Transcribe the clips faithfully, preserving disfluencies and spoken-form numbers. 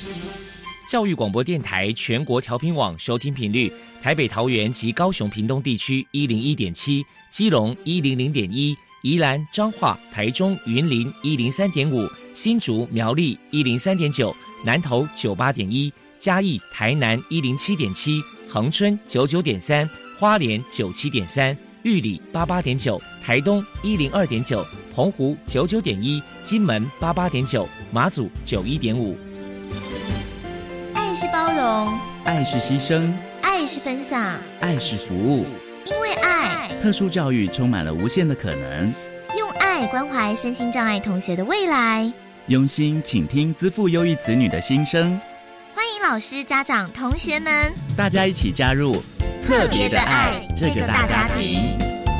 教育广播电台全国调频网收听频率：台北、桃园及高雄屏东地区一零一点七，基隆一零零点一，宜兰、彰化、台中、云林一零三点五，新竹、苗栗一零三点九，南投九八点一，嘉义、台南一零七点七，恒春九九点三，花莲九七点三，玉里八八点九，台东一零二点九，澎湖九九点一，金门八八点九，马祖九一点五。 爱是包容， 爱是牺牲， 爱是分享， 爱是服务。 因为爱， 特殊教育充满了无限的可能。 用爱关怀身心障碍同学的未来， 用心倾听资赋优异子女的心声。 欢迎老师、家长、同学们， 大家一起加入特别的爱这个大家庭。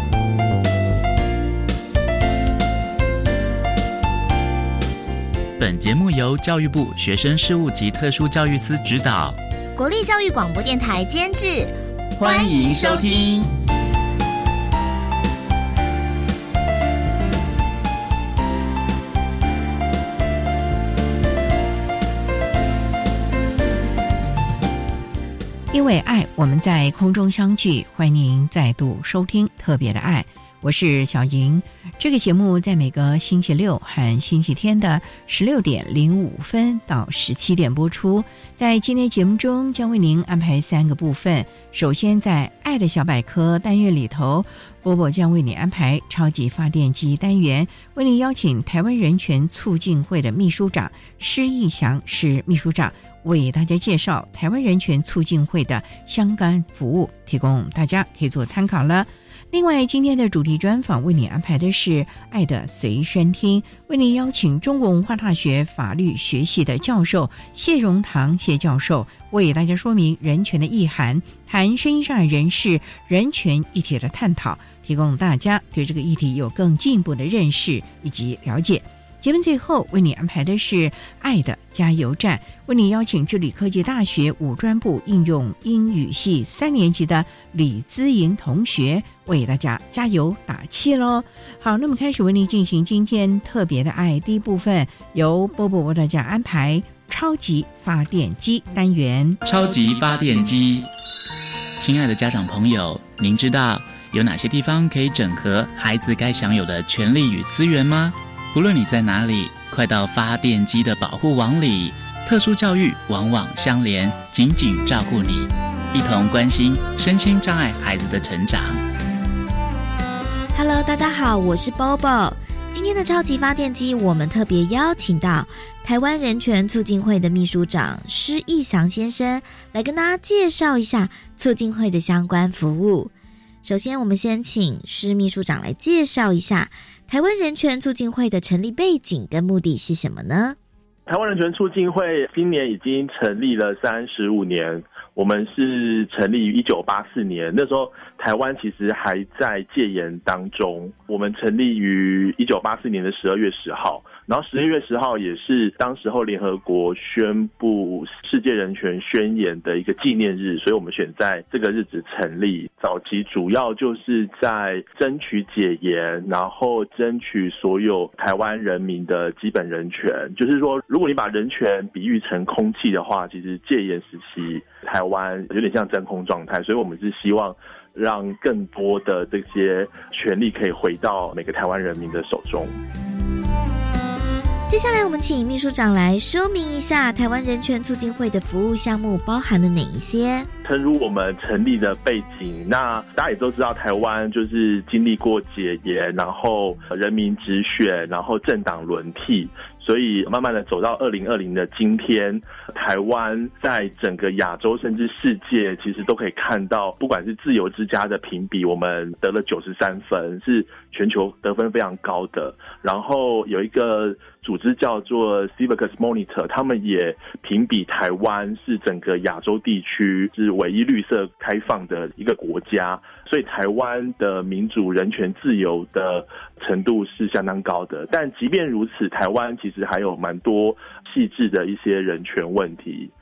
本节目由教育部学生事务及特殊教育司指导， 国立教育广播电台监制， 欢迎收听。 因为爱，我们在空中相聚，欢迎您再度收听特别的爱，我是小莹。这个节目在每个星期六和星期天的十六点零五分到十七点播出。在今天节目中将为您安排三个部分。首先在爱的小百科单元里头，波波将为你安排超级发电机单元，为你邀请台湾人权促进会的秘书长施义祥施秘书长为大家介绍台湾人权促进会的相关服务，提供大家可以做参考了。另外，今天的主题专访为你安排的是爱的随身听，为你邀请中国文化大学法律学系的教授谢荣堂谢教授为大家说明人权的意涵，谈身心障碍人士人权议题的探讨，提供大家对这个议题有更进一步的认识以及了解。节目最后为你安排的是爱的加油站，为你邀请致理科技大学五专部应用英语系三年级的李姿莹同学为大家加油打气咯。好，那么开始为你进行今天特别的爱，第一部分由波波为大家安排超级发电机单元。 超级发电机，亲爱的家长朋友，您知道有哪些地方可以整合孩子该享有的权利与资源吗？无论你在哪里，快到发电机的保护网里，特殊教育网网相连，紧紧照顾你，一同关心身心障碍孩子的成长。 Hello， 大家好，我是 Bobo。今天的超级发电机，我们特别邀请到台湾人权促进会的秘书长施义祥先生来跟大家介绍一下促进会的相关服务。首先，我们先请施秘书长来介绍一下台湾人权促进会的成立背景跟目的是什么呢？ 台湾人权促进会今年已经成立了三十五年，我们是成立于一九八四年，那时候台湾其实还在戒严当中。我们成立于一九八四年的十二月十号，然后十一月十号也是当时候联合国宣布世界人权宣言的一个纪念日，所以我们选在这个日子成立。早期主要就是在争取解严，然后争取所有台湾人民的基本人权。就是说，如果你把人权比喻成空气的话，其实戒严时期台湾有点像真空状态，所以我们是希望让更多的这些权利可以回到每个台湾人民的手中。 接下来我们请秘书长来说明一下台湾人权促进会的服务项目包含了哪一些。 诚如我们成立的背景，那大家也都知道台湾就是经历过解严，然后人民直选，然后政党轮替，所以慢慢的走到二零二零的今天，台湾在整个亚洲甚至世界其实都可以看到，不管是自由之家的评比，我们得了九十三分，是全球得分非常高的。然后有一个组织叫做 Civicus Monitor， 他们也评比台湾是整个亚洲地区是唯一绿色开放的一个国家，所以台湾的民主、人权、自由的程度是相当高的。但即便如此，台湾其实还有蛮多细致的一些人权问题。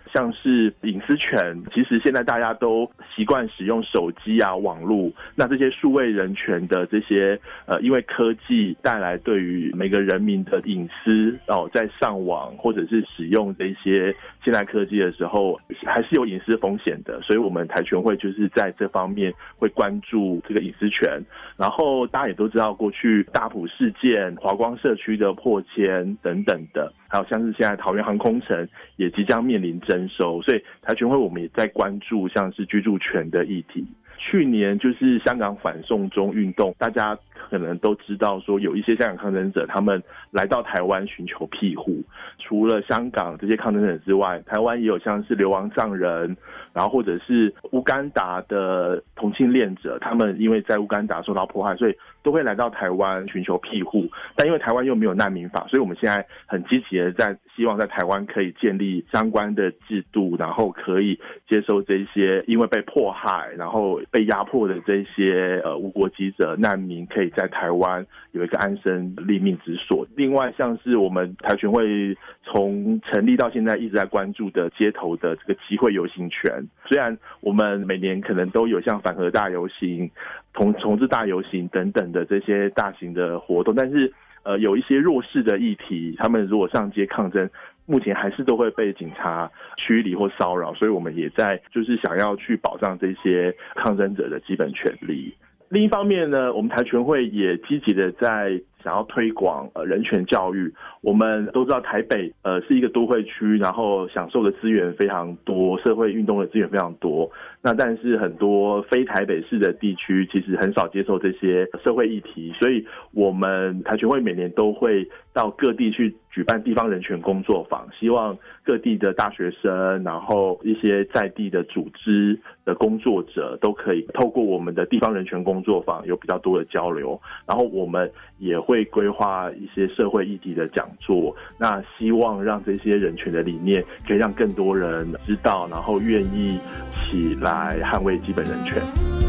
像是隐私权，其实现在大家都习惯使用手机啊、网络，那这些数位人权的这些呃，因为科技带来对于每个人民的隐私哦，在上网或者是使用这些现代科技的时候，还是有隐私风险的，所以我们台全会就是在这方面会关注这个隐私权。然后大家也都知道，过去大埔事件、华光社区的迫迁等等的，还有像是现在桃园航空城也即将面临征收，所以台全会我们也在关注像是居住权的议题。去年就是香港反送中运动，大家可能都知道说有一些香港抗争者他们来到台湾寻求庇护，除了香港这些抗争者之外，台湾也有像是流亡藏人，然后或者是乌干达的同性恋者，他们因为在乌干达受到迫害，所以都会来到台湾寻求庇护。但因为台湾又没有难民法，所以我们现在很积极的在希望在台湾可以建立相关的制度，然后可以接收这些因为被迫害然后被压迫的这些呃无国籍者难民，可以在台湾有一个安身立命之所。另外像是我们台全会从成立到现在一直在关注的街头的这个集会游行权，虽然我们每年可能都有像反核大游行、同重治大游行等等的这些大型的活动，但是呃有一些弱势的议题，他们如果上街抗争，目前还是都会被警察驱离或骚扰，所以我们也在就是想要去保障这些抗争者的基本权利。另一方面呢，我们台全会也积极的在想要推广呃人权教育。我们都知道台北呃是一个都会区，然后享受的资源非常多，社会运动的资源非常多。那但是很多非台北市的地区其实很少接受这些社会议题，所以我们台全会每年都会到各地去举办地方人权工作坊，希望各地的大学生，然后一些在地的组织的工作者都可以透过我们的地方人权工作坊有比较多的交流，然后我们也会规划一些社会议题的讲座，那希望让这些人权的理念可以让更多人知道，然后愿意起来捍卫基本人权。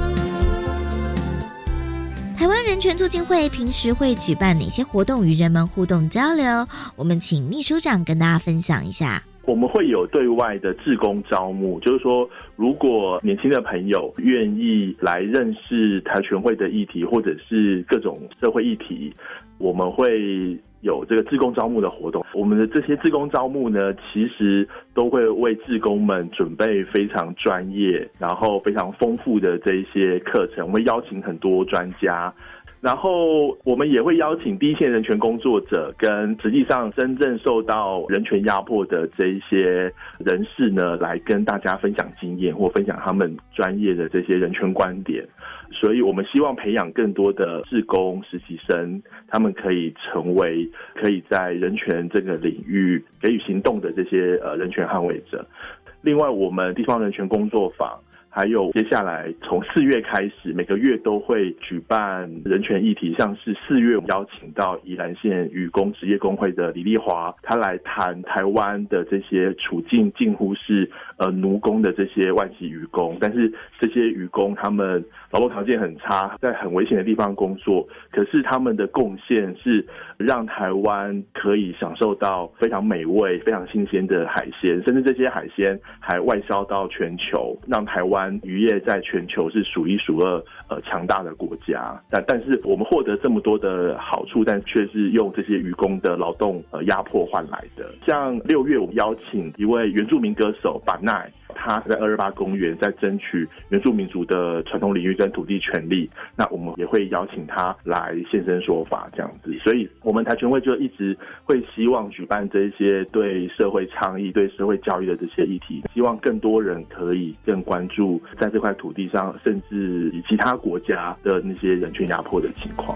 台湾人权促进会平时会举办哪些活动与人们互动交流？我们请秘书长跟大家分享一下。 我们会有对外的志工招募，就是说如果年轻的朋友愿意来认识台全会的议题或者是各种社会议题，我们会有这个志工招募的活动。我们的这些志工招募呢，其实都会为志工们准备非常专业然后非常丰富的这一些课程，我们会邀请很多专家，然后我们也会邀请第一线人权工作者跟实际上真正受到人权压迫的这一些人士呢，来跟大家分享经验或分享他们专业的这些人权观点。所以我们希望培养更多的志工实习生，他们可以成为可以在人权这个领域给予行动的这些呃人权捍卫者。另外我们地方人权工作坊还有接下来从四月开始，每个月都会举办人权议题，像是四月我们邀请到宜兰县渔工职业工会的李丽华，他来谈台湾的这些处境近乎是呃奴工的这些外籍渔工，但是这些渔工他们劳动条件很差，在很危险的地方工作，可是他们的贡献是让台湾可以享受到非常美味非常新鲜的海鲜，甚至这些海鲜还外销到全球，让台湾渔业在全球是数一数二呃强大的国家。但但是我们获得这么多的好处，但却是用这些渔工的劳动呃压迫换来的。像六月我们邀请一位原住民歌手巴奈，他在二二八公园在争取原住民族的传统领域跟土地权利，那我们也会邀请他来现身说法这样子。所以我们台全会就一直会希望举办这些对社会倡议对社会教育的这些议题，希望更多人可以更关注在这块土地上甚至以其他国家的那些人权压迫的情况。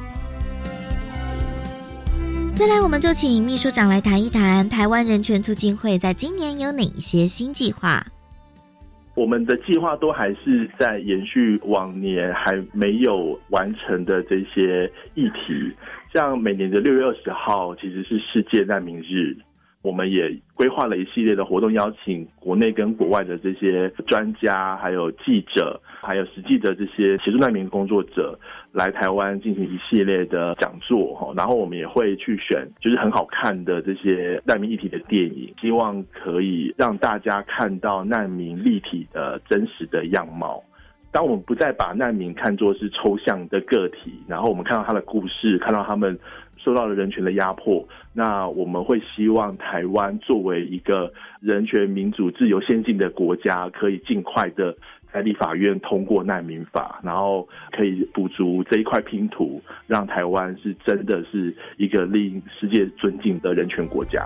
再来我们就请秘书长来谈一谈台湾人权促进会在今年有哪一些新计划。 我们的计划都还是在延续往年还没有完成的这些议题，像每年的六月二十号其实是世界难民日，我们也规划了一系列的活动，邀请国内跟国外的这些专家还有记者， 还有实际的这些协助难民工作者来台湾进行一系列的讲座，然后我们也会去选就是很好看的这些难民议题的电影，希望可以让大家看到难民立体的真实的样貌。当我们不再把难民看作是抽象的个体，然后我们看到他的故事，看到他们受到了人权的压迫，那我们会希望台湾作为一个人权民主自由先进的国家，可以尽快的在立法院通过难民法，然后可以补足这一块拼图，让台湾是真的是一个令世界尊敬的人权国家。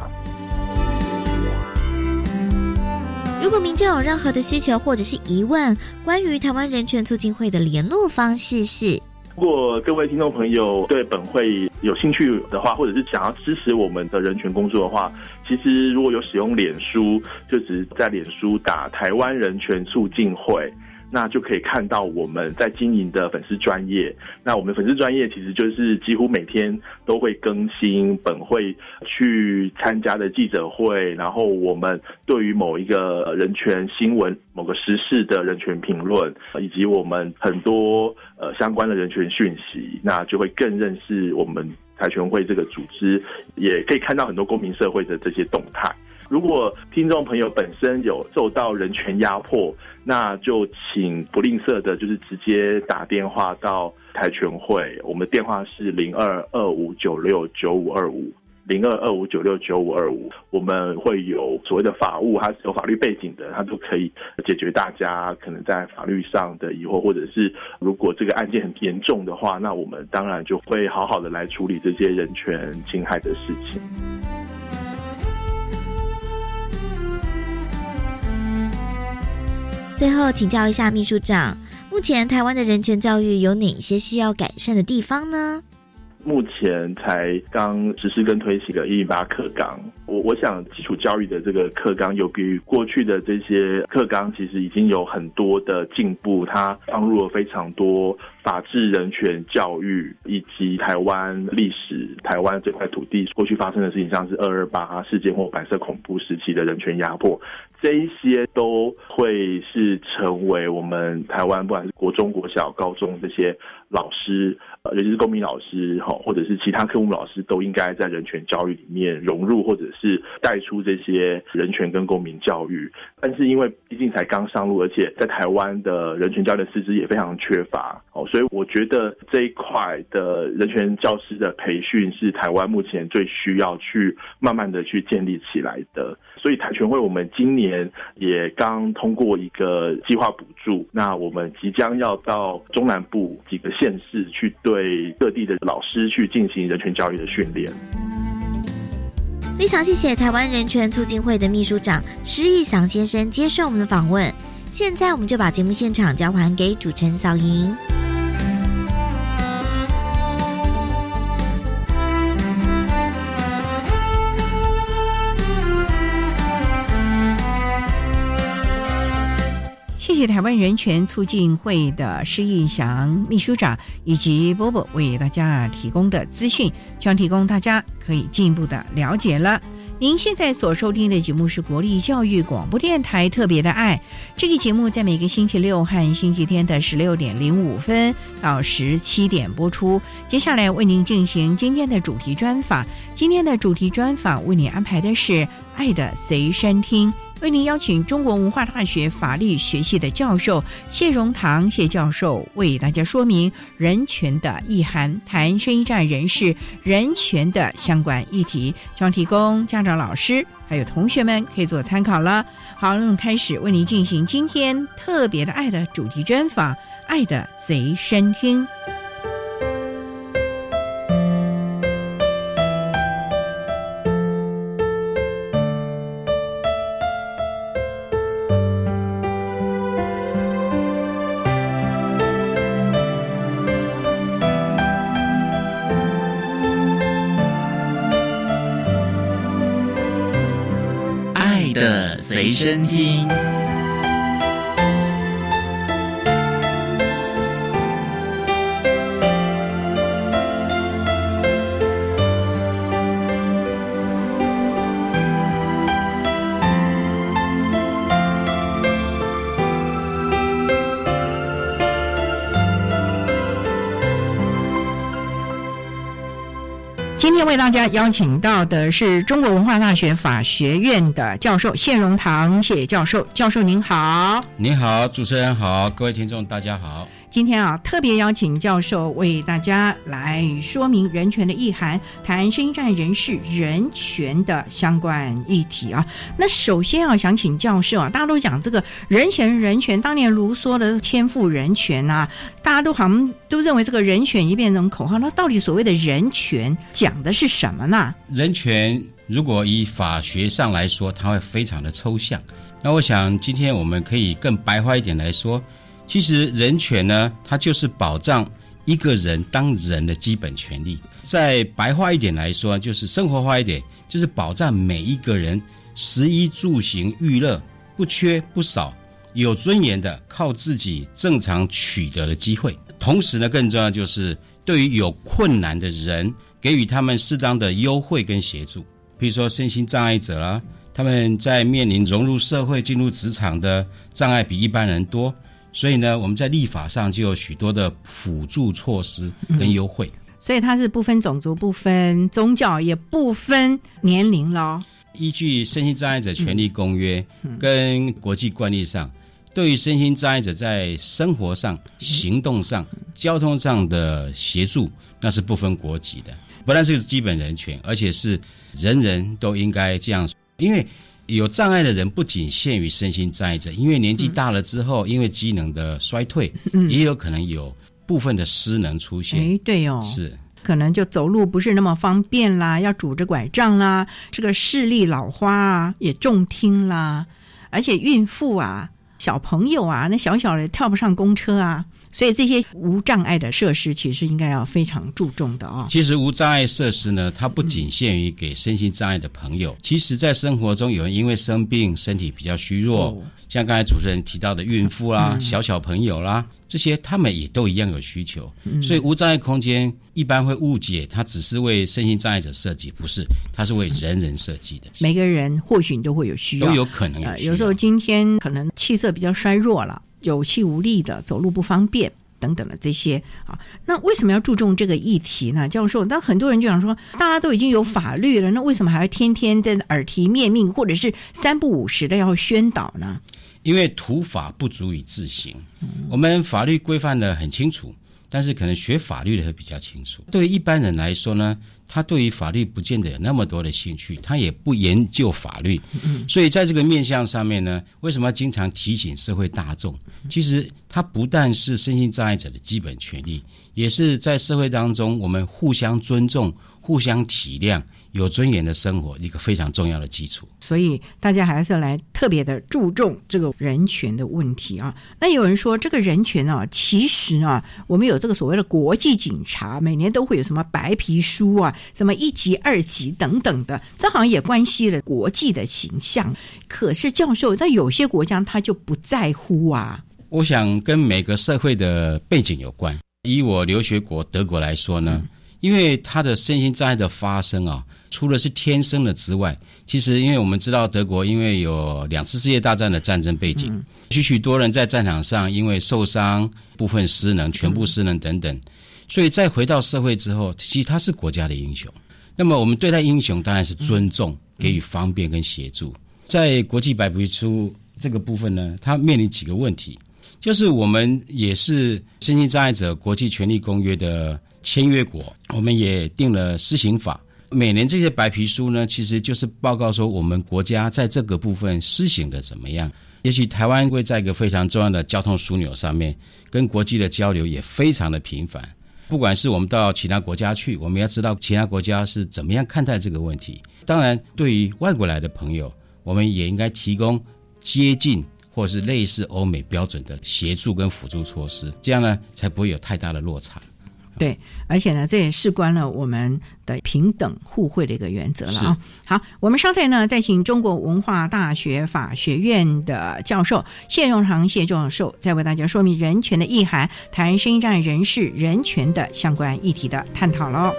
如果民众有任何的需求或者是疑问，关于台湾人权促进会的联络方式是， 如果各位听众朋友对本会有兴趣的话，或者是想要支持我们的人权工作的话，其实如果有使用脸书，就只在脸书打台湾人权促进会，那就可以看到我们在经营的粉丝专页。那我们粉丝专页其实就是几乎每天都会更新本会去参加的记者会，然后我们对于某一个人权新闻、某个时事的人权评论，以及我们很多呃相关的人权讯息，那就会更认识我们台权会这个组织，也可以看到很多公民社会的这些动态。如果听众朋友本身有受到人权压迫，那就请不吝啬的，就是直接打电话到台权会，我们的电话是零二二五九六九五二五。零二二五九六九五二五，我们会有所谓的法务，它是有法律背景的，它都可以解决大家可能在法律上的疑惑，或者是如果这个案件很严重的话，那我们当然就会好好的来处理这些人权侵害的事情。 最后请教一下秘书长，目前台湾的人权教育有哪些需要改善的地方呢？ 目前才刚实施跟推行的一零八课纲，我我想基础教育的这个课纲有比过去的这些课纲其实已经有很多的进步，它放入了非常多法治人权教育，以及台湾历史，台湾这块土地过去发生的事情，像是二二八事件或白色恐怖时期的人权压迫，这一些都会是成为我们台湾不管是国中、国小、高中这些老师，呃，尤其是公民老师或者是其他科目老师，都应该在人权教育里面融入，或者是带出这些人权跟公民教育。但是因为毕竟才刚上路，而且在台湾的人权教育的师资也非常缺乏，哦，所以我觉得这一块的人权教师的培训是台湾目前最需要去慢慢的去建立起来的。所以台权会我们今年也刚通过一个计划补助，那我们即将要到中南部几个县市去对各地的老师去进行人权教育的训练。 非常谢谢台湾人权促进会的秘书长施义祥先生接受我们的访问。现在我们就把节目现场交还给主持人小莹。 谢谢台湾人权促进会的施义祥秘书长以及波波为大家提供的资讯，希望提供大家可以进一步的了解了。您现在所收听的节目是国立教育广播电台特别的爱，这个节目在每个星期六和星期天的十六点零五分到十七点播出。接下来为您进行今天的主题专访，今天的主题专访为您安排的是爱的随身听，为您邀请中国文化大学法律学系的教授谢荣堂谢教授为大家说明人权的意涵，谈生医障人士人权的相关议题，希望提供家长、老师还有同学们可以做参考了。好，那么开始为您进行今天特别的爱的主题专访，爱的随身听。 的随身听。 今天为大家邀请到的是中国文化大学法学院的教授谢荣堂谢教授。教授您好。 您好，主持人好，各位听众大家好。 今天啊，特别邀请教授为大家来说明人权的意涵，谈身心障碍人士人权的相关议题啊。那首先啊，想请教授啊，大家都讲这个人权人权，当年卢梭的天赋人权啊，大家都好像都认为这个人权已经变成口号，那到底所谓的人权讲的是什么呢？ 人权如果以法学上来说，它会非常的抽象。那我想今天我们可以更白话一点来说，其实人权呢，它就是保障一个人当人的基本权利。再白话一点来说，就是生活化一点，就是保障每一个人食衣住行娱乐不缺不少，有尊严的靠自己正常取得的机会。同时呢，更重要就是对于有困难的人，给予他们适当的优惠跟协助。比如说身心障碍者啦，他们在面临融入社会进入职场的障碍比一般人多，所以呢，我们在立法上就有许多的辅助措施跟优惠。 嗯，所以它是不分种族、不分宗教，也不分年龄咯。 依据身心障碍者权利公约跟国际惯例上，对于身心障碍者在生活上、行动上、交通上的协助，那是不分国籍的，不但是基本人权，而且是人人都应该这样。因为有障碍的人不仅限于身心障碍者，因为年纪大了之后，嗯、因为机能的衰退，嗯、也有可能有部分的失能出现。哎， 对哦， 是可能就走路不是那么方便啦，要拄着拐杖啦，这个视力老花啊，也重听啦，而且孕妇啊、小朋友啊，那小小的跳不上公车啊。所以这些无障碍的设施其实应该要非常注重的哦。 其实无障碍设施呢，它不仅限于给身心障碍的朋友，嗯、其实在生活中有人因为生病身体比较虚弱，哦、像刚才主持人提到的孕妇啦、嗯、小小朋友啦，这些他们也都一样有需求。嗯、所以无障碍空间一般会误解它只是为身心障碍者设计，不是，它是为人人设计的。 每个人或许你都会有需要， 都有可能有需要。 呃、有时候今天可能气色比较衰弱了，有气无力的，走路不方便等等的这些啊，那为什么要注重这个议题呢？教授，那很多人就想说，大家都已经有法律了，那为什么还要天天在耳提面命，或者是三不五时的要宣导呢？ 因为土法不足以自行，嗯、我们法律规范的很清楚，但是可能学法律的会比较清楚。对于一般人来说呢，他对于法律不见得有那么多的兴趣，他也不研究法律，嗯、所以在这个面向上面呢，为什么要经常提醒社会大众？其实它不但是身心障碍者的基本权利，也是在社会当中我们互相尊重、互相体谅、有尊严的生活一个非常重要的基础。 所以大家还是要来特别的注重这个人权的问题啊。那有人说这个人权啊，其实啊，我们有这个所谓的国际警察，每年都会有什么白皮书啊，什么一级、二级等等的，这好像也关系了国际的形象。可是教授，那有些国家他就不在乎啊。 我想跟每个社会的背景有关。以我留学国德国来说呢，嗯、因为它的身心障碍的发生啊，除了是天生的之外，其实因为我们知道德国因为有两次世界大战的战争背景，嗯、许许多人在战场上因为受伤、部分失能、全部失能等等，嗯、所以再回到社会之后，其实他是国家的英雄。那么我们对待英雄当然是尊重，嗯、给予方便跟协助。在国际白皮书这个部分呢，它面临几个问题。就是我们也是身心障碍者国际权利公约的签约国，我们也定了施行法。每年这些白皮书呢，其实就是报告说我们国家在这个部分施行的怎么样。也许台湾会在一个非常重要的交通枢纽上面，跟国际的交流也非常的频繁。不管是我们到其他国家去，我们要知道其他国家是怎么样看待这个问题。当然，对于外国来的朋友，我们也应该提供接近或是类似欧美标准的协助跟辅助措施，这样呢才不会有太大的落差。 对，而且呢，这也事关了我们的平等互惠的一个原则了啊。好，我们稍待呢，再请中国文化大学法学院的教授谢荣堂谢教授，再为大家说明人权的意涵，谈身心障碍人士人权的相关议题的探讨喽。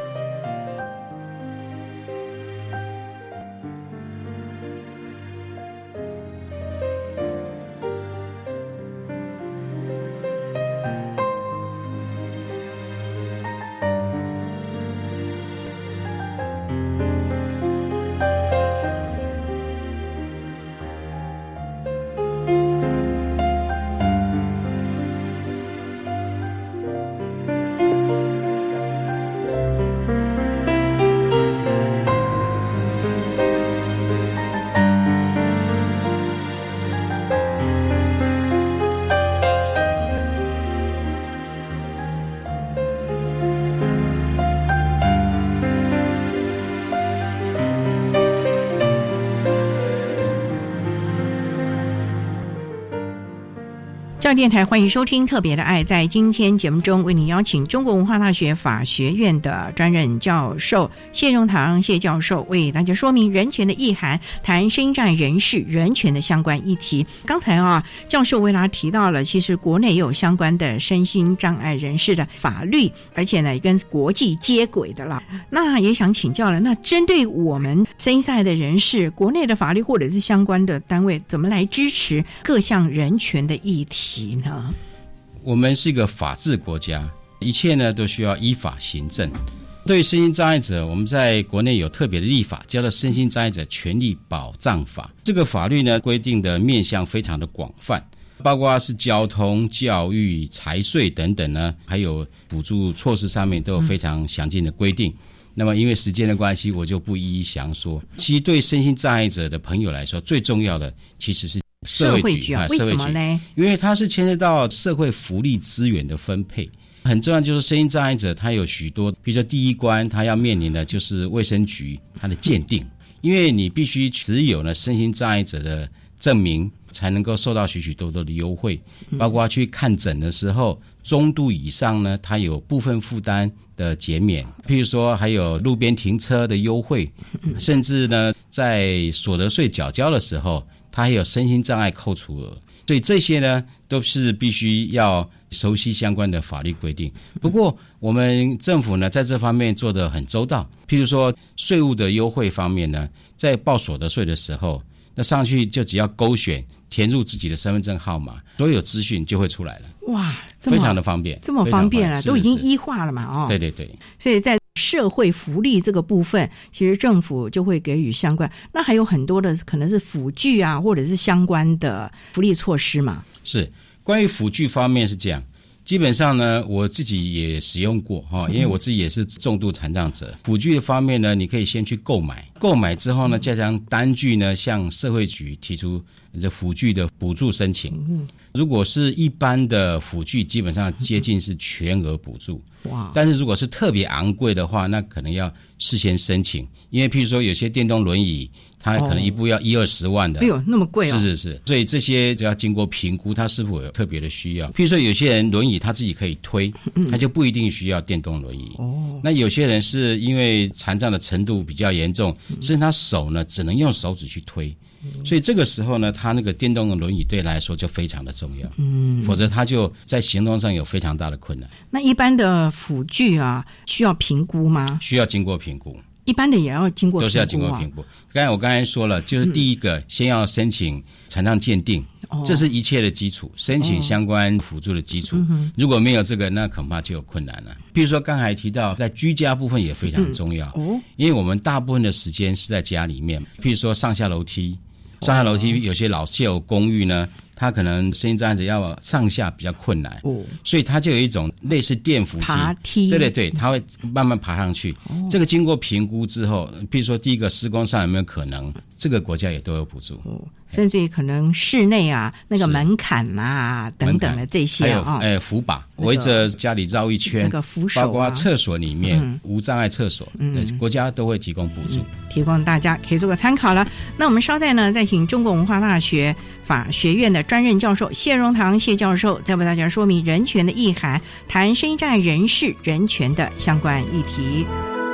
大电台，欢迎收听特别的爱。在今天节目中，为您邀请中国文化大学法学院的专任教授谢荣堂谢教授为大家说明人权的意涵，谈身心障碍人士人权的相关议题。刚才啊，教授为大家提到了，其实国内也有相关的身心障碍人士的法律，而且呢，也跟国际接轨的了。那也想请教了，那针对我们身心障碍的人士，国内的法律或者是相关的单位，怎么来支持各项人权的议题呢？ 我们是一个法治国家，一切呢都需要依法行政。对于身心障碍者，我们在国内有特别的立法，叫做《身心障碍者权利保障法》。这个法律呢规定的面向非常的广泛，包括是交通、教育、财税等等呢，还有补助措施上面都有非常详尽的规定。嗯，那么因为时间的关系，我就不一一详说。其实对身心障碍者的朋友来说，最重要的其实是社会局啊， 为什么呢？ 因为它是牵涉到社会福利资源的分配。很重要就是身心障碍者他有许多，比如说第一关他要面临的就是卫生局他的鉴定，因为你必须持有呢身心障碍者的证明，才能够受到许许多多的优惠，包括去看诊的时候，中度以上呢，它有部分负担的减免，譬如说还有路边停车的优惠，甚至呢，在所得税缴交的时候，它还有身心障碍扣除额。所以这些呢，都是必须要熟悉相关的法律规定。不过，我们政府呢，在这方面做得很周到。譬如说，税务的优惠方面呢，在报所得税的时候，那上去就只要勾选填入自己的身份证号码，所有资讯就会出来了。 哇， 非常的方便， 这么方便了，都已经医化了嘛？哦， 对对对。 所以在社会福利这个部分，其实政府就会给予相关。那还有很多的可能是辅具啊，或者是相关的福利措施嘛。 是，关于辅具方面是这样。基本上呢，我自己也使用过哈，因为我自己也是重度残障者。辅具的方面呢，你可以先去购买，购买之后呢，加上单据呢，向社会局提出这辅具的补助申请。如果是一般的辅具，基本上接近是全额补助。哇！但是如果是特别昂贵的话，那可能要事先申请，因为譬如说有些电动轮椅，它可能一部要一二十万的。 哎呦，那么贵哦！ 是是是，所以这些只要经过评估，它是否有特别的需要。譬如说有些人轮椅他自己可以推，他就不一定需要电动轮椅。哦，那有些人是因为残障的程度比较严重，甚至他手呢只能用手指去推。所以这个时候呢，他那个电动的轮椅对他来说就非常的重要，嗯，否则他就在行动上有非常大的困难。 那一般的辅具啊，需要评估吗？ 需要经过评估， 一般的也要经过评估、啊， 都是要经过评估。刚才我刚才说了，就是第一个、嗯、先要申请残障鉴定、哦，这是一切的基础，申请相关辅助的基础、哦。如果没有这个，那恐怕就有困难了。比如说刚才提到，在居家部分也非常重要、嗯哦，因为我们大部分的时间是在家里面，譬如说上下楼梯。上下楼梯，有些老旧有公寓呢，它可能身心障碍者要上下比较困难，哦，所以它就有一种类似电扶梯， 爬梯， 对对对，它会慢慢爬上去。哦、这个经过评估之后，比如说第一个施工上有没有可能，这个国家也都有补助。哦， 甚至于可能室内啊那个门槛啊等等的这些啊， 还有哎扶把围着家里绕一圈， 那个扶手、啊， 包括厕所里面、嗯、无障碍厕所，嗯，国家都会提供补助、嗯， 提供大家可以做个参考了。那我们稍待呢，再请中国文化大学法学院的专任教授谢荣堂谢教授，再为大家说明人权的意涵，谈身心障碍人士人权的相关议题。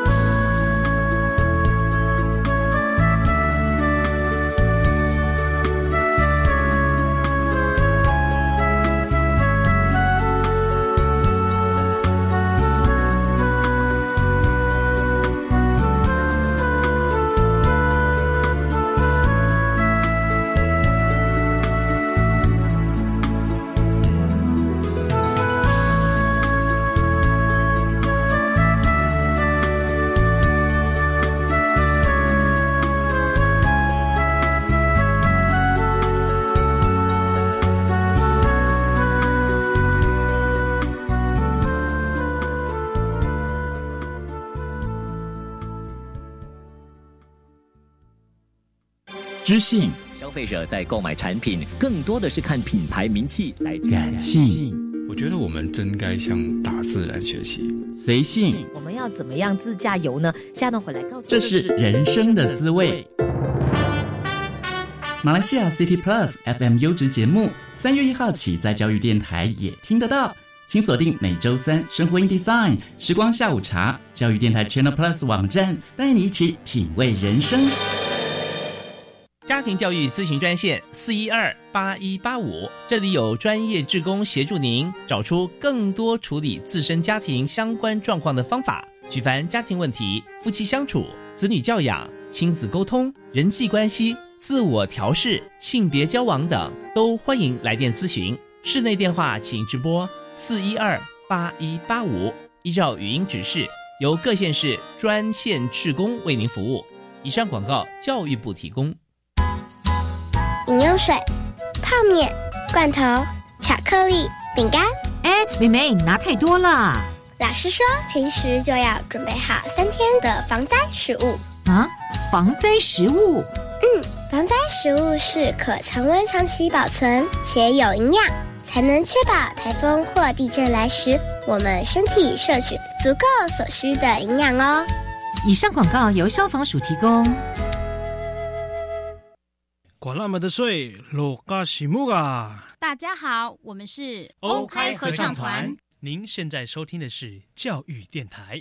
知性， 消费者在购买产品更多的是看品牌名气来感性。 我觉得我们真该向大自然学习。 随性， 我们要怎么样自驾游呢？下段回来告诉我， 这是人生的滋味。 马来西亚 City Plus F M 优质节目，三月一号起在教育电台也听得到。请锁定每周三生活 in Design 时光下午茶，教育电台 Channel Plus 网站，带你一起品味人生。 家庭教育咨询专线四一二八一八五，这里有专业志工协助您找出更多处理自身家庭相关状况的方法，举凡家庭问题、夫妻相处、子女教养、亲子沟通、人际关系、自我调试、性别交往等，都欢迎来电咨询。室内电话请直拨四一二八一八五，依照语音指示，由各县市专线志工为您服务。以上广告教育部提供。 饮用水、泡面、罐头、巧克力、饼干。 哎，妹妹，你拿太多了。 老师说，平时就要准备好三天的防灾食物。 啊，防灾食物？ 嗯，防灾食物是可常温长期保存且有营养，才能确保台风或地震来时，我们身体摄取足够所需的营养哦。 以上广告由消防署提供。 管那么的水，罗嘎西木啊！ 大家好，我们是欧开合唱团。您现在收听的是教育电台。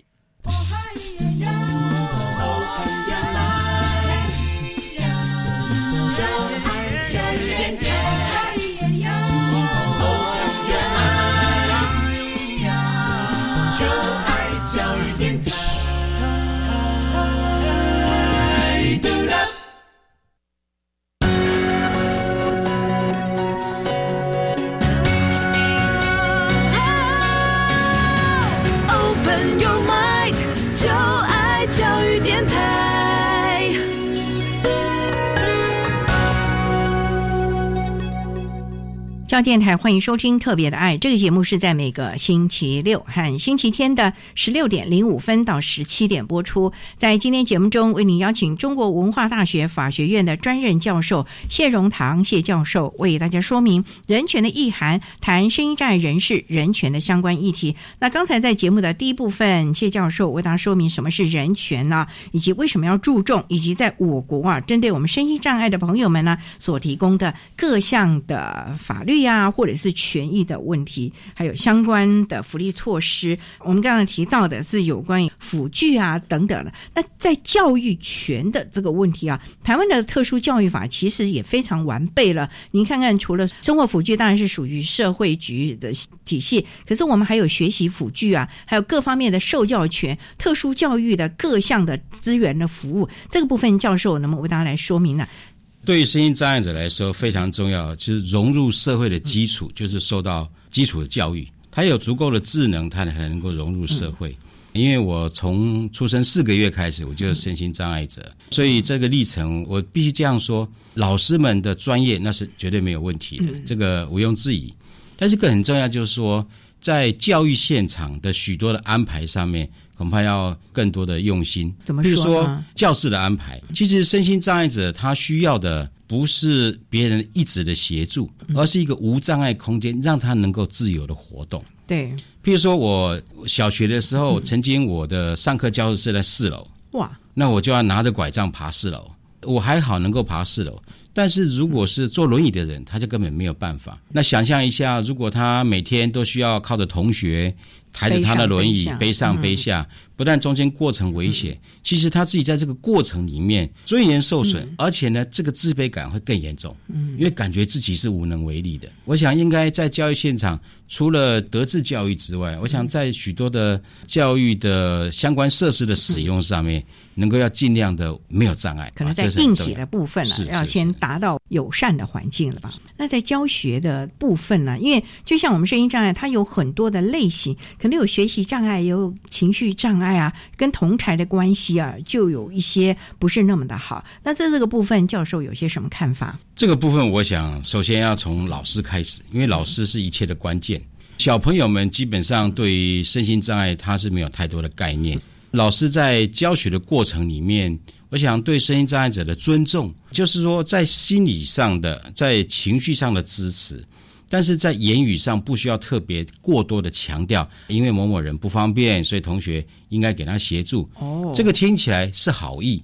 教电台欢迎收听特别的爱，这个节目是在每个星期六和星期天的十六点零五分到十七点播出。在今天节目中，为您邀请中国文化大学法学院的专任教授谢荣堂谢教授为大家说明人权的意涵，谈声音障碍人士人权的相关议题。那刚才在节目的第一部分，谢教授为大家说明什么是人权呢、啊，以及为什么要注重，以及在我国啊，针对我们身心障碍的朋友们呢所提供的各项的法律啊，或者是权益的问题，还有相关的福利措施。我们刚才提到的是有关于辅具啊等等的。那在教育权的这个问题啊，台湾的特殊教育法其实也非常完备了。您看看，除了生活辅具当然是属于社会局的体系，可是我们还有学习辅具啊，还有各方面的受教权、特殊教育的各项的资源的服务，这个部分教授能不能为大家来说明呢？ 对于身心障碍者来说非常重要，就是融入社会的基础，就是受到基础的教育，他有足够的智能，他才能够融入社会。因为我从出生四个月开始我就是身心障碍者，所以这个历程我必须这样说，老师们的专业那是绝对没有问题的，这个毋庸置疑。但是更很重要就是说，在教育现场的许多的安排上面，恐怕要更多的用心。 怎么说呢？ 比如说教室的安排，其实身心障碍者他需要的不是别人一直的协助，而是一个无障碍空间，让他能够自由的活动。 对， 譬如说我小学的时候，曾经我的上课教室是在四楼， 哇， 那我就要拿着拐杖爬四楼，我还好能够爬四楼。但是如果是坐轮椅的人，他就根本没有办法。那想象一下，如果他每天都需要靠着同学抬着他的轮椅背上背下，不但中间过程危险，其实他自己在这个过程里面尊严受损，而且呢这个自卑感会更严重，因为感觉自己是无能为力的。我想应该在教育现场，除了德智教育之外，我想在许多的教育的相关设施的使用上面，能够要尽量的没有障碍， 可能在硬体的部分呢、啊，要先达到友善的环境了吧。那在教学的部分呢，因为就像我们身心障碍，它有很多的类型，可能有学习障碍，也有情绪障碍啊，跟同侪的关系啊，就有一些不是那么的好。那在这个部分，教授有些什么看法？ 这个部分，我想首先要从老师开始，因为老师是一切的关键。小朋友们基本上对于身心障碍他是没有太多的概念。老师在教学的过程里面，我想对身心障碍者的尊重，就是说在心理上的，在情绪上的支持，但是在言语上不需要特别过多的强调，因为某某人不方便，所以同学应该给他协助。哦，这个听起来是好意，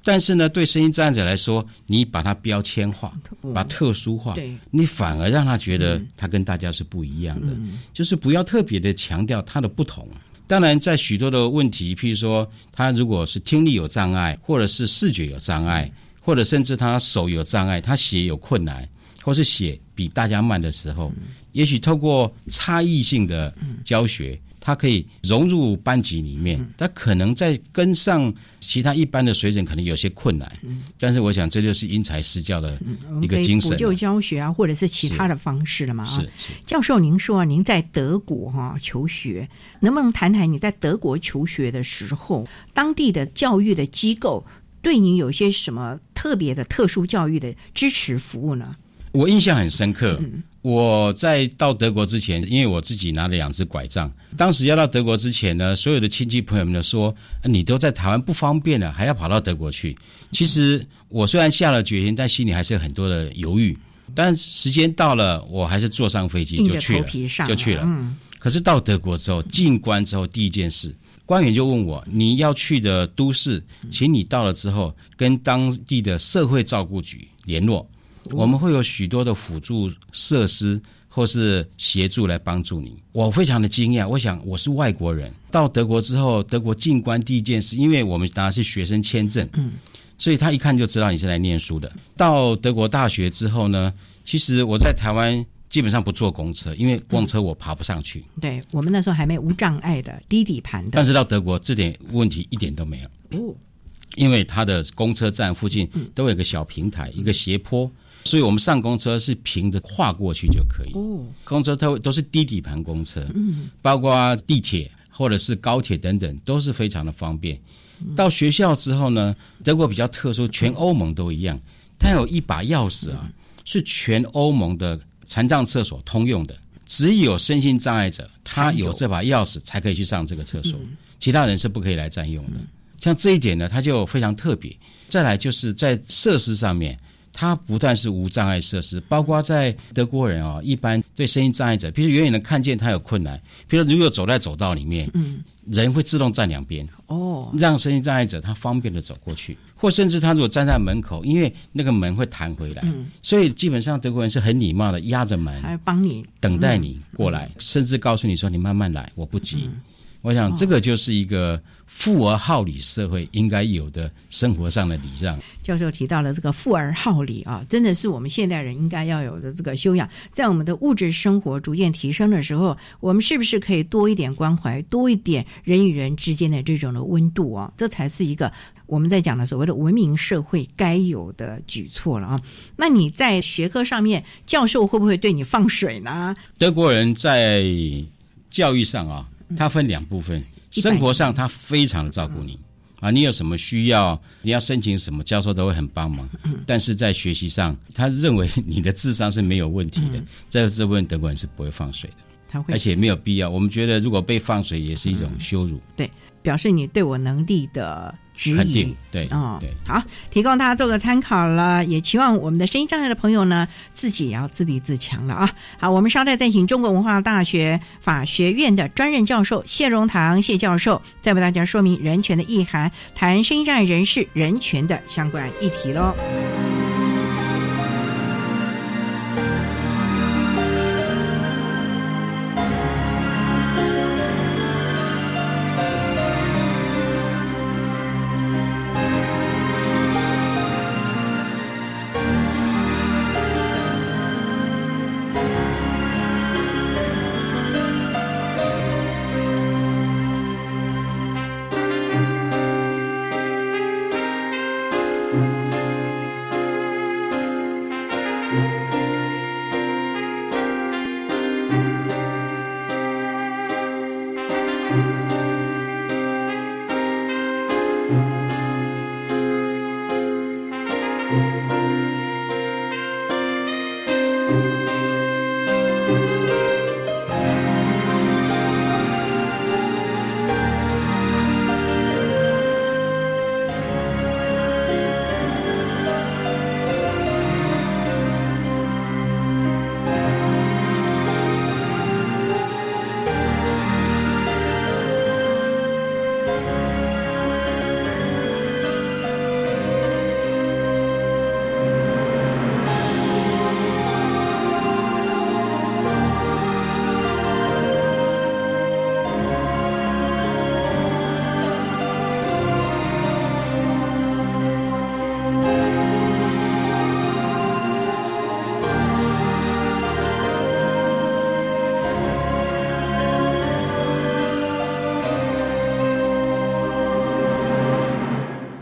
但是呢，对身心障碍者来说，你把它标签化，把它特殊化，你反而让他觉得他跟大家是不一样的，嗯、就是不要特别的强调他的不同。当然，在许多的问题，譬如说，他如果是听力有障碍，或者是视觉有障碍，或者甚至他手有障碍，他写有困难，或是写比大家慢的时候，嗯、也许透过差异性的教学，他可以融入班级里面，他可能在跟上其他一般的水准可能有些困难，嗯、但是我想这就是因材施教的一个精神， 补救教学啊，或者是其他的方式了嘛。 是是。 教授，您说您在德国哈、啊、求学，能不能谈谈你在德国求学的时候，当地的教育的机构对你有些什么特别的特殊教育的支持服务呢？ 我印象很深刻。嗯我在到德国之前，因为我自己拿了两只拐杖，当时要到德国之前呢，所有的亲戚朋友们都说，你都在台湾不方便了，还要跑到德国去。其实我虽然下了决心，但心里还是有很多的犹豫。但时间到了，我还是坐上飞机就去了，就去了。嗯。可是到德国之后，进关之后，第一件事，官员就问我，你要去的都市，请你到了之后，跟当地的社会照顾局联络。我们会有许多的辅助设施或是协助来帮助你。我非常的惊讶，我想我是外国人，到德国之后，德国进关第一件事，因为我们拿的是学生签证，嗯，所以他一看就知道你是来念书的。到德国大学之后呢，其实我在台湾基本上不坐公车，因为公车我爬不上去。 嗯、对，我们那时候还没无障碍的低底盘的。 但是到德国这点问题一点都没有。哦，因为它的公车站附近都有一个小平台，嗯、一个斜坡。所以我们上公车是平的跨过去就可以。哦，公车都都是低底盘公车，嗯，包括地铁或者是高铁等等，都是非常的方便。嗯、到学校之后呢，德国比较特殊，全欧盟都一样，它有一把钥匙啊，嗯、是全欧盟的残障厕所通用的，只有身心障碍者他有这把钥匙才可以去上这个厕所，嗯、其他人是不可以来占用的。嗯、像这一点呢，它就非常特别。再来就是在设施上面。它不但是无障碍设施，包括在德国人哦，一般对身心障碍者，比如远远的看见他有困难，比如如果走在走道里面，嗯，人会自动站两边，哦，让身心障碍者他方便的走过去，或甚至他如果站在门口，因为那个门会弹回来，嗯，所以基本上德国人是很礼貌的，压着门， 还帮你等待你过来，嗯、甚至告诉你说你慢慢来，我不急。嗯、我想这个就是一个富而好礼社会应该有的生活上的礼让。 教授提到了这个富而好礼啊，真的是我们现代人应该要有的这个修养。在我们的物质生活逐渐提升的时候，我们是不是可以多一点关怀，多一点人与人之间的这种的温度啊？这才是一个我们在讲的所谓的文明社会该有的举措了啊。那你在学科上面，教授会不会对你放水呢？ 德国人在教育上啊，他分两部分。生活上他非常的照顾你啊，你有什么需要，你要申请什么，教授都会很帮忙。但是在学习上，他认为你的智商是没有问题的，在这部分德国人是不会放水的，他会，而且没有必要。我们觉得如果被放水也是一种羞辱， 嗯、对，表示你对我能力的质疑， 肯定，对， 哦， 对， 好，提供大家做个参考了，也期望我们的身心障碍的朋友呢，自己也要自立自强了啊。好，我们稍待再请中国文化大学法学院的专任教授谢荣堂谢教授，再为大家说明人权的意涵，谈身心障碍人士人权的相关议题喽。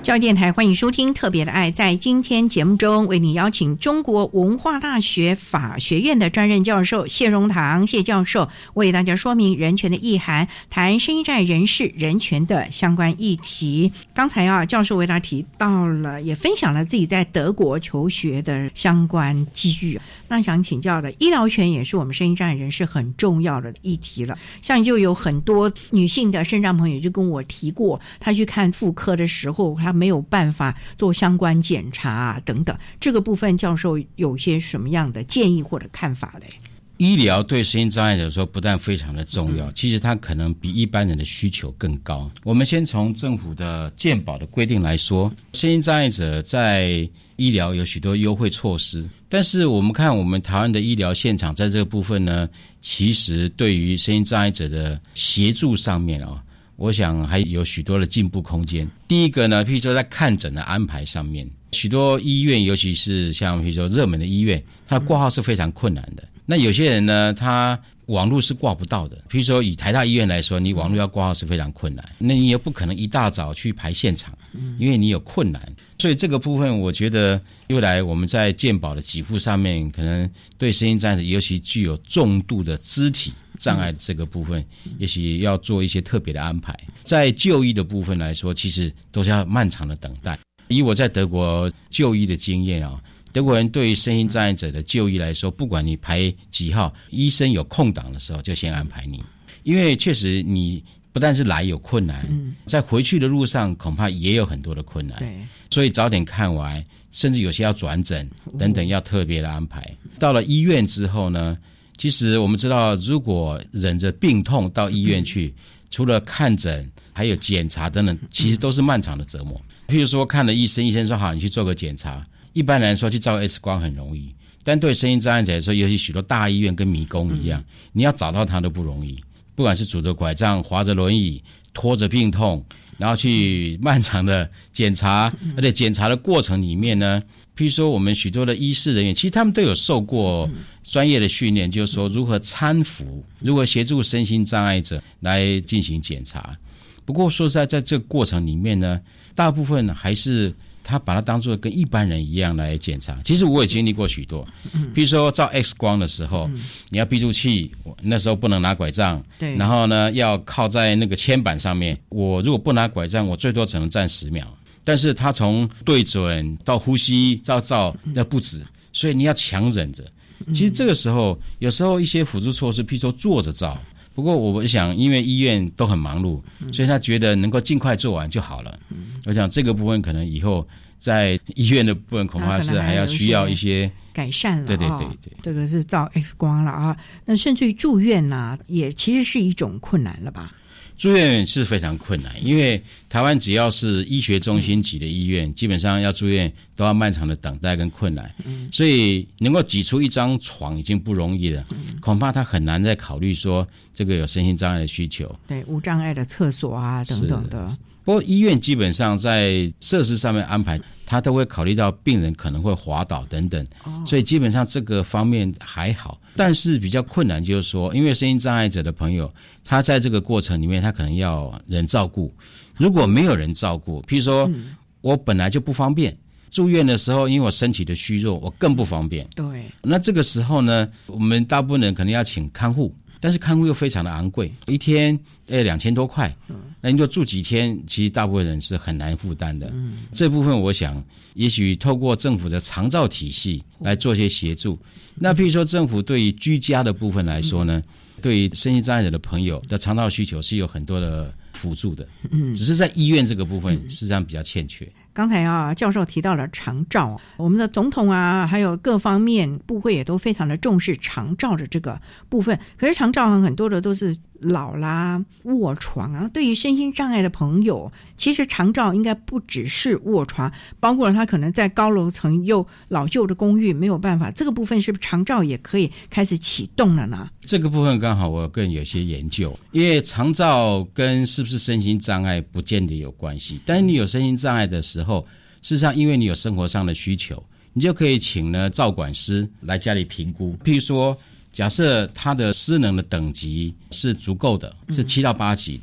教育电台欢迎收听特别的爱，在今天节目中为你邀请中国文化大学法学院的专任教授谢荣堂谢教授为大家说明人权的意涵，谈身心障碍人士人权的相关议题。刚才啊，教授为大家提到了，也分享了自己在德国求学的相关机遇。那想请教的，医疗权也是我们身心障碍人士很重要的议题了。像就有很多女性的身障朋友就跟我提过，她去看妇科的时候，她没有办法做相关检查啊等等，这个部分教授有些什么样的建议或者看法嘞？ 医疗对身心障碍者说不但非常的重要，其实它可能比一般人的需求更高。我们先从政府的健保的规定来说，身心障碍者在医疗有许多优惠措施，但是我们看我们台湾的医疗现场在这个部分呢，其实对于身心障碍者的协助上面啊、哦，我想还有许多的进步空间。第一个呢，譬如说在看诊的安排上面，许多医院，尤其是像譬如说热门的医院，它的挂号是非常困难的。那有些人呢，他网络是挂不到的。譬如说以台大医院来说，你网络要挂号是非常困难，那你也不可能一大早去排现场，因为你有困难。所以这个部分我觉得未来我们在健保的给付上面，可能对身心障碍者尤其具有重度的肢体障碍这个部分，也许要做一些特别的安排。在就医的部分来说，其实都是要漫长的等待。以我在德国就医的经验啊，德国人对于身心障碍者的就医来说，不管你排几号，医生有空档的时候就先安排你，因为确实你不但是来有困难，在回去的路上恐怕也有很多的困难，对，所以早点看完，甚至有些要转诊等等，要特别的安排。到了医院之后呢，其实我们知道，如果忍着病痛到医院去，除了看诊还有检查等等，其实都是漫长的折磨。譬如说看了医生，医生说好你去做个检查，一般来说去照 X 光很容易，但对身心障碍者来说，尤其许多大医院跟迷宫一样，你要找到他都不容易，不管是拄着拐杖、滑着轮椅、拖着病痛，然后去漫长的检查，而且检查的过程里面呢，譬如说我们许多的医事人员，其实他们都有受过专业的训练，就是说如何搀扶，如何协助身心障碍者来进行检查。不过说实在，在这个过程里面呢，大部分还是他把它当作跟一般人一样来检查。其实我也经历过许多，比如说照 X 光的时候，你要闭住气，那时候不能拿拐杖，对，然后呢要靠在那个铅板上面。我如果不拿拐杖，我最多只能站十秒。但是他从对准到呼吸照照，那不止，所以你要强忍着。其实这个时候，有时候一些辅助措施，譬如说坐着照。不过我想，因为医院都很忙碌，所以他觉得能够尽快做完就好了。我想这个部分可能以后在医院的部分恐怕是还要需要一些改善了。 对对对对， 这个是照 X 光了啊。那甚至于住院啊，也其实是一种困难了吧？ 住院是非常困难，因为台湾只要是医学中心级的医院，基本上要住院都要漫长的等待跟困难，所以能够挤出一张床已经不容易了，恐怕他很难再考虑说这个有身心障碍的需求，对， 无障碍的厕所啊等等的。 不过医院基本上在设施上面安排，他都会考虑到病人可能会滑倒等等，所以基本上这个方面还好。但是比较困难就是说，因为身心障碍者的朋友，他在这个过程里面他可能要人照顾，如果没有人照顾，譬如说我本来就不方便，住院的时候因为我身体的虚弱，我更不方便，对，那这个时候呢，我们大部分人可能要请看护，但是看护又非常的昂贵，一天呃两千多块，那你就住几天，其实大部分人是很难负担的。嗯，这部分我想，也许透过政府的长照体系来做一些协助。那譬如说，政府对于居家的部分来说呢，嗯、对于身心障碍者的朋友的长照需求是有很多的辅助的。嗯，只是在医院这个部分，事实上比较欠缺。 刚才啊，教授提到了长照，我们的总统啊，还有各方面部会也都非常的重视长照的这个部分。可是长照很多的都是老啦、卧床啊。对于身心障碍的朋友，其实长照应该不只是卧床，包括了他可能在高楼层又老旧的公寓没有办法，这个部分是不是长照也可以开始启动了呢？ 这个部分刚好我更有些研究，因为长照跟是不是身心障碍不见得有关系，但是你有身心障碍的时候，事实上因为你有生活上的需求，你就可以请呢照管师来家里评估。譬如说，假设他的失能的等级是足够的，是七到八级的，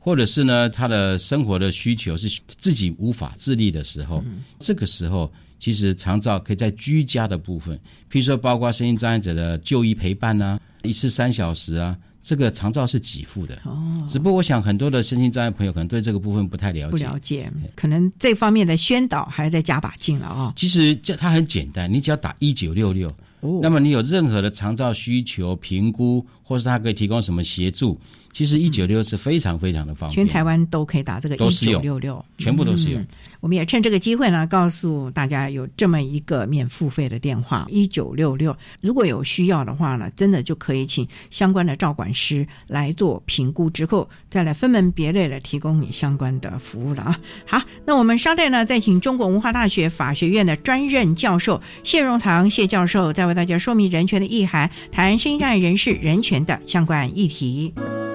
或者是呢他的生活的需求是自己无法自立的时候，嗯、这个时候其实长照可以在居家的部分，譬如说包括身心障碍者的就医陪伴啊，一次三小时啊，这个长照是给付的。哦，只不过我想很多的身心障碍朋友可能对这个部分不太了解， 不了解，可能这方面的宣导还要再加把劲了啊、哦。 其实它很简单，你只要打一九六六，那么你有任何的长照需求评估，或是他可以提供什么协助，其实一九六六是非常非常的方便， 全台湾都可以打这个一九六六， 全部都是有、嗯。 我们也趁这个机会呢，告诉大家有这么一个免付费的电话一九六六，如果有需要的话呢，真的就可以请相关的照管师来做评估之后，再来分门别类的提供你相关的服务了啊。好，那我们稍待呢，再请中国文化大学法学院的专任教授谢荣堂谢教授，再为大家说明人权的意涵，谈身心障碍人士人权的相关议题。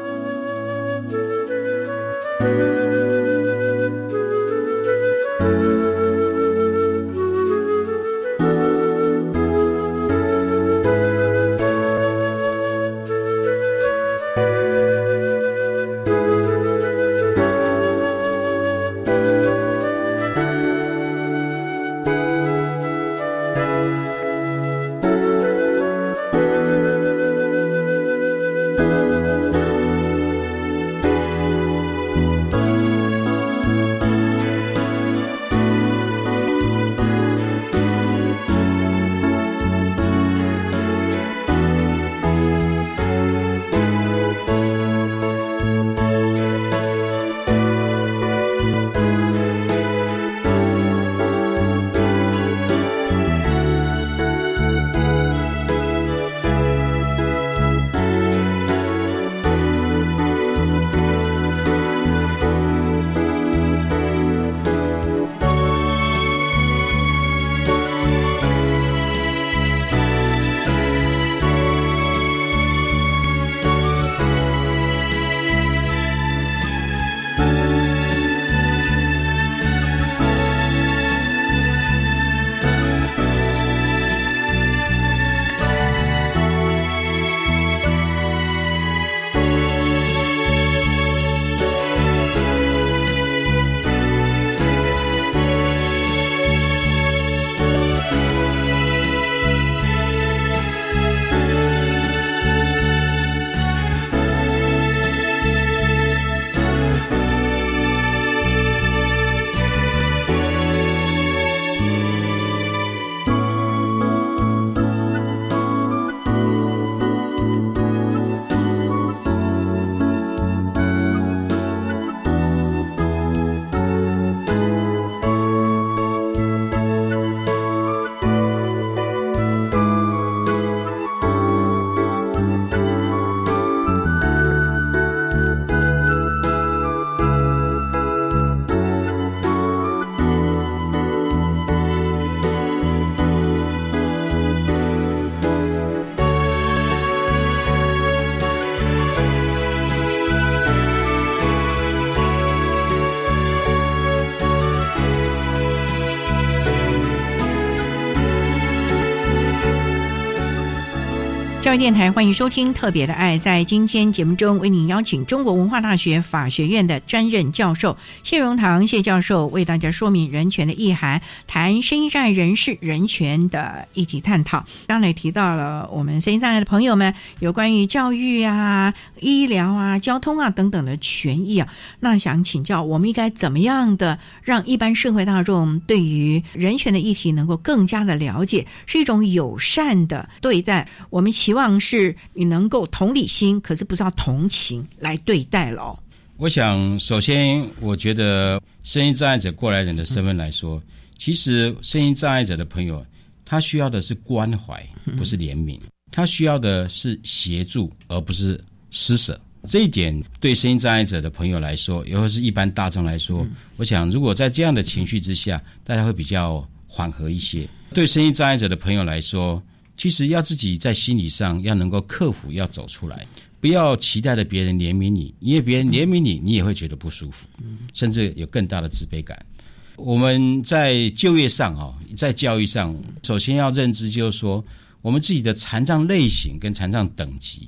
教育电台，欢迎收听特别的爱。在今天节目中，为您邀请中国文化大学法学院的专任教授谢荣堂谢教授，为大家说明人权的意涵，谈身心障碍人士人权的议题探讨。刚才提到了我们身心障碍的朋友们有关于教育啊、医疗啊、交通啊等等的权益啊，那想请教我们应该怎么样的让一般社会大众对于人权的议题能够更加的了解，是一种友善的对待。我们期望是你能够同理心，可是不是要同情来对待了。 我想首先我觉得身心障碍者过来人的身份来说、嗯、其实身心障碍者的朋友他需要的是关怀，不是怜悯、嗯、他需要的是协助而不是施舍。这一点对身心障碍者的朋友来说，尤其是一般大众来说、嗯、我想如果在这样的情绪之下，大家会比较缓和一些。对身心障碍者的朋友来说，其实要自己在心理上要能够克服，要走出来，不要期待着别人怜悯你，因为别人怜悯你，你也会觉得不舒服，甚至有更大的自卑感。我们在就业上在教育上，首先要认知就是说，我们自己的残障类型跟残障等级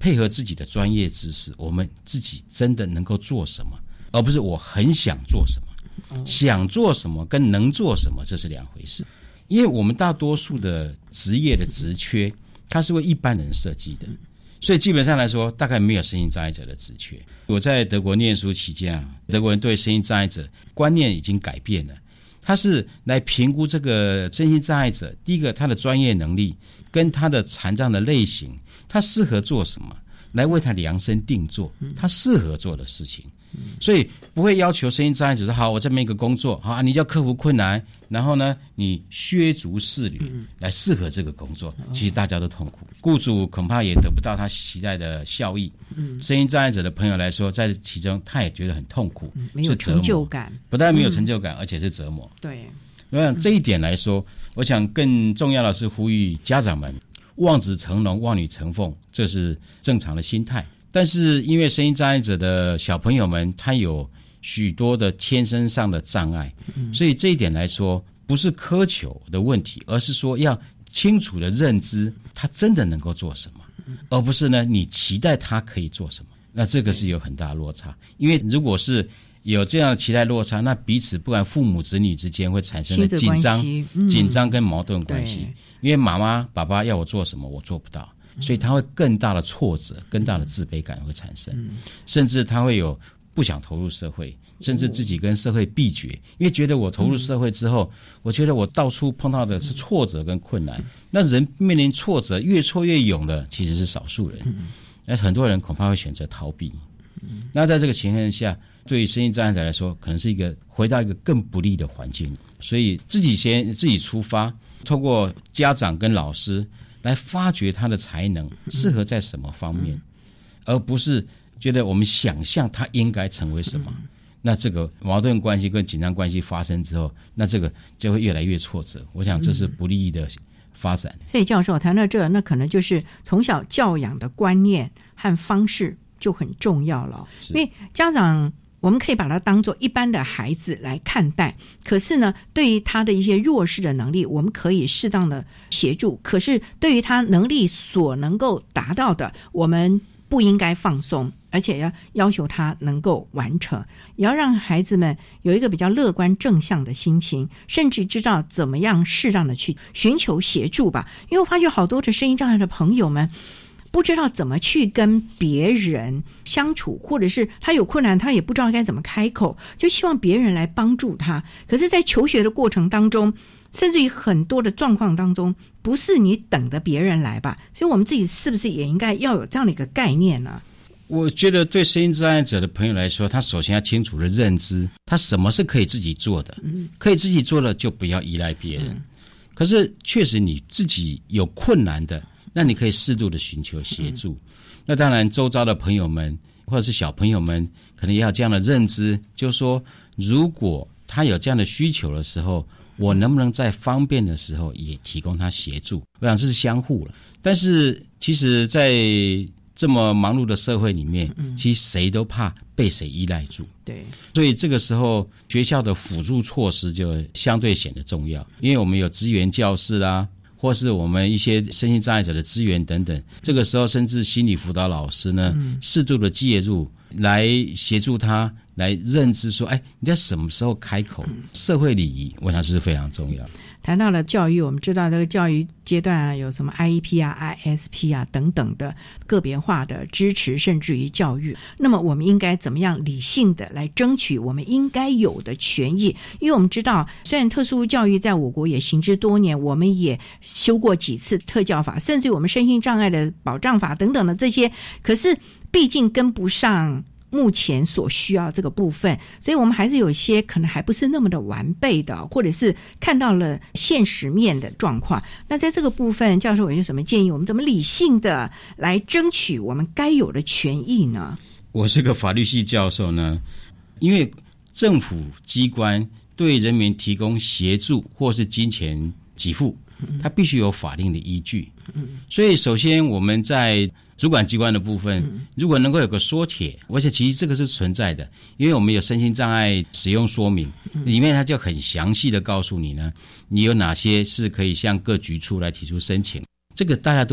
配合自己的专业知识，我们自己真的能够做什么，而不是我很想做什么。想做什么跟能做什么这是两回事，因为我们大多数的职业的职缺它是为一般人设计的，所以基本上来说大概没有身心障碍者的职缺。我在德国念书期间啊，德国人对身心障碍者观念已经改变了，他是来评估这个身心障碍者，第一个他的专业能力跟他的残障的类型，他适合做什么，来为他量身定做他适合做的事情。所以不会要求身心障碍者说好，我这边一个工作好，你就要克服困难，然后呢你削足适履来适合这个工作，其实大家都痛苦，雇主恐怕也得不到他期待的效益。身心障碍者的朋友来说，在其中他也觉得很痛苦， 没有成就感， 不但没有成就感，而且是折磨。 对， 那这一点来说，我想更重要的是呼吁家长们望子成龙望女成凤，这是正常的心态。但是因为身心障碍者的小朋友们他有许多的天生上的障碍，所以这一点来说不是苛求的问题，而是说要清楚的认知他真的能够做什么，而不是呢你期待他可以做什么，那这个是有很大的落差。因为如果是有这样的期待落差，那彼此不管父母子女之间会产生的紧张、嗯、紧张跟矛盾关系。因为妈妈爸爸要我做什么我做不到，所以他会更大的挫折，更大的自卑感会产生，嗯、甚至他会有不想投入社会，甚至自己跟社会避绝，因为觉得我投入社会之后，嗯、我觉得我到处碰到的是挫折跟困难。嗯、那人面临挫折越挫越勇的其实是少数人，那、嗯、很多人恐怕会选择逃避。嗯、那在这个情况下，对于身心障碍者来说，可能是一个回到一个更不利的环境。所以自己先自己出发，透过家长跟老师来发掘他的才能适合在什么方面，嗯、而不是觉得我们想象他应该成为什么。嗯、那这个矛盾关系跟紧张关系发生之后，那这个就会越来越挫折。我想这是不利的发展。 所以教授谈到这，那可能就是从小教养的观念和方式就很重要了。因为家长我们可以把它当作一般的孩子来看待，可是呢对于他的一些弱势的能力我们可以适当的协助，可是对于他能力所能够达到的我们不应该放松，而且要要求他能够完成，也要让孩子们有一个比较乐观正向的心情，甚至知道怎么样适当的去寻求协助吧。因为我发觉好多的身心障碍的朋友们不知道怎么去跟别人相处，或者是他有困难他也不知道该怎么开口，就希望别人来帮助他。可是在求学的过程当中，甚至于很多的状况当中不是你等着别人来吧，所以我们自己是不是也应该要有这样的一个概念呢？ 我觉得对身心障碍者的朋友来说，他首先要清楚的认知他什么是可以自己做的，嗯、可以自己做的就不要依赖别人。嗯、可是确实你自己有困难的，那你可以适度的寻求协助。嗯、那当然周遭的朋友们或者是小朋友们可能也要这样的认知，就是说如果他有这样的需求的时候，我能不能在方便的时候也提供他协助，我想这是相互了。但是其实在这么忙碌的社会里面，嗯、其实谁都怕被谁依赖住， 对， 所以这个时候学校的辅助措施就相对显得重要，因为我们有资源教室啦，或是我们一些身心障碍者的资源等等，这个时候甚至心理辅导老师呢，嗯、适度的介入来协助他来认知说，哎，你在什么时候开口？嗯、社会礼仪，我想这是非常重要。 谈到了教育，我们知道这个教育阶段啊，有什么 I E P 啊、I S P 啊等等的个别化的支持，甚至于教育。那么我们应该怎么样理性的来争取我们应该有的权益？因为我们知道，虽然特殊教育在我国也行之多年，我们也修过几次特教法，甚至于我们身心障碍的保障法等等的这些，可是毕竟跟不上目前所需要这个部分，所以我们还是有一些可能还不是那么的完备的，或者是看到了现实面的状况。那在这个部分，教授有什么建议？我们怎么理性的来争取我们该有的权益呢？ 我是个法律系教授呢，因为政府机关对人民提供协助或是金钱给付，它必须有法令的依据。所以首先我们在主管机关的部分，如果能够有个缩帖，而且其实这个是存在的，因为我们有身心障碍使用说明，里面它就很详细的告诉你呢，你有哪些是可以向各局处来提出申请，这个大家都有。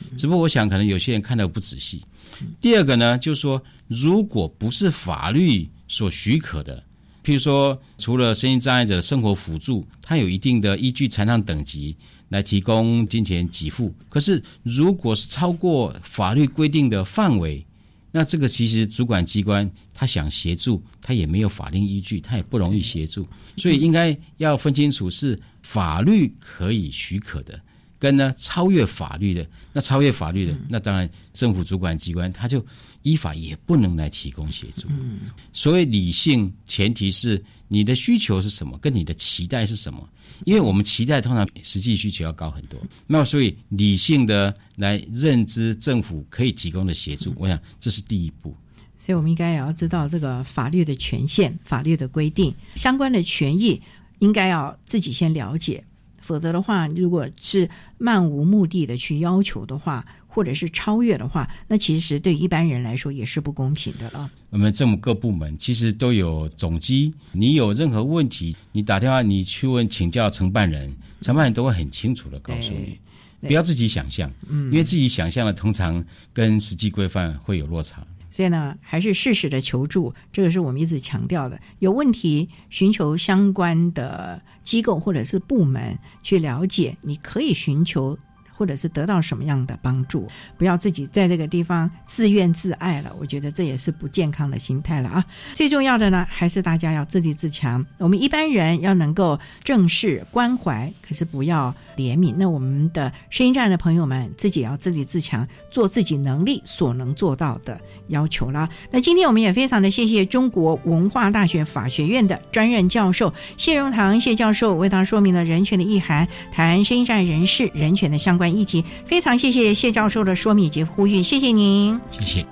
只不过我想可能有些人看得不仔细。第二个呢，就是说如果不是法律所许可的，譬如说除了身心障碍者的生活辅助，它有一定的依据残障等级来提供金钱给付，可是如果是超过法律规定的范围，那这个其实主管机关他想协助，他也没有法令依据，他也不容易协助，所以应该要分清楚是法律可以许可的跟呢超越法律的。那超越法律的，那当然政府主管机关他就依法也不能来提供协助。所谓理性，前提是你的需求是什么，跟你的期待是什么，因为我们期待通常实际需求要高很多，那所以理性的来认知政府可以提供的协助，我想这是第一步。 所以我们应该也要知道这个法律的权限，法律的规定，相关的权益应该要自己先了解，否则的话如果是漫无目的的去要求的话，或者是超越的话，那其实对一般人来说也是不公平的了。 我们政府各部门其实都有总机，你有任何问题你打电话你去问请教承办人，承办人都会很清楚的告诉你，不要自己想象，因为自己想象的通常跟实际规范会有落差。 所以呢，还是适时的求助，这个是我们一直强调的。有问题寻求相关的机构或者是部门去了解，你可以寻求或者是得到什么样的帮助，不要自己在这个地方自怨自艾了，我觉得这也是不健康的心态了啊。最重要的呢，还是大家要自立自强，我们一般人要能够正视关怀，可是不要怜悯。那我们的声音站的朋友们自己也要自立自强，做自己能力所能做到的要求啦。那今天我们也非常的谢谢中国文化大学法学院的专任教授谢荣堂谢教授为大家说明了人权的意涵，谈声音站人士人权的相关议题，非常谢谢谢教授的说明以及呼吁，谢谢您。 谢谢。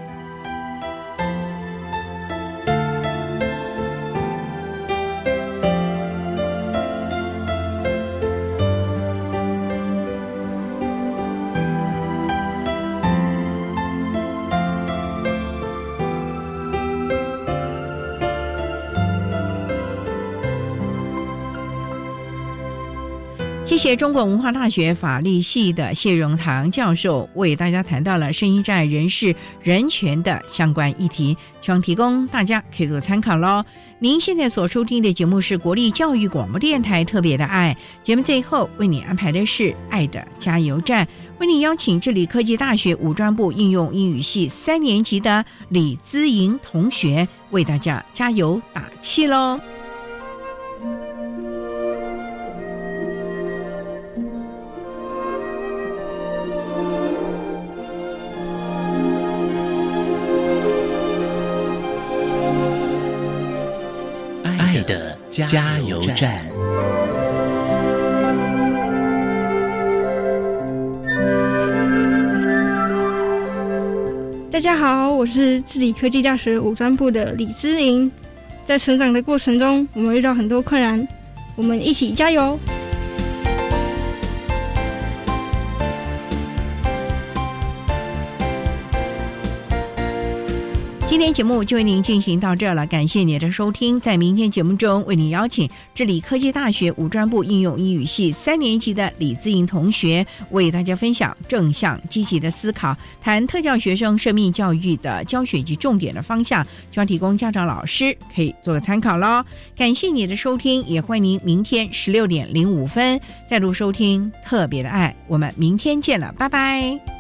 谢谢中国文化大学法律系的谢荣堂教授为大家谈到了声音障碍人士人权的相关议题，希望提供大家可以做参考咯。您现在所收听的节目是国立教育广播电台特别的爱节目，最后为你安排的是爱的加油站，为你邀请致理科技大学五专部应用英语系三年级的李姿莹同学为大家加油打气咯。 的加油站。 大家好，我是致理科技大学五专部的李姿莹。在成长的过程中，我们遇到很多困难，我们一起加油。 今天节目就为您进行到这了，感谢您的收听。在明天节目中，为您邀请致理科技大学五专部应用英语系三年级的李姿莹同学，为大家分享正向积极的思考，谈特教学生生命教育的教学及重点的方向，希望提供家长老师可以做个参考咯。感谢你的收听，也欢迎您明天十六点零五分再度收听特别的爱，我们明天见了，拜拜。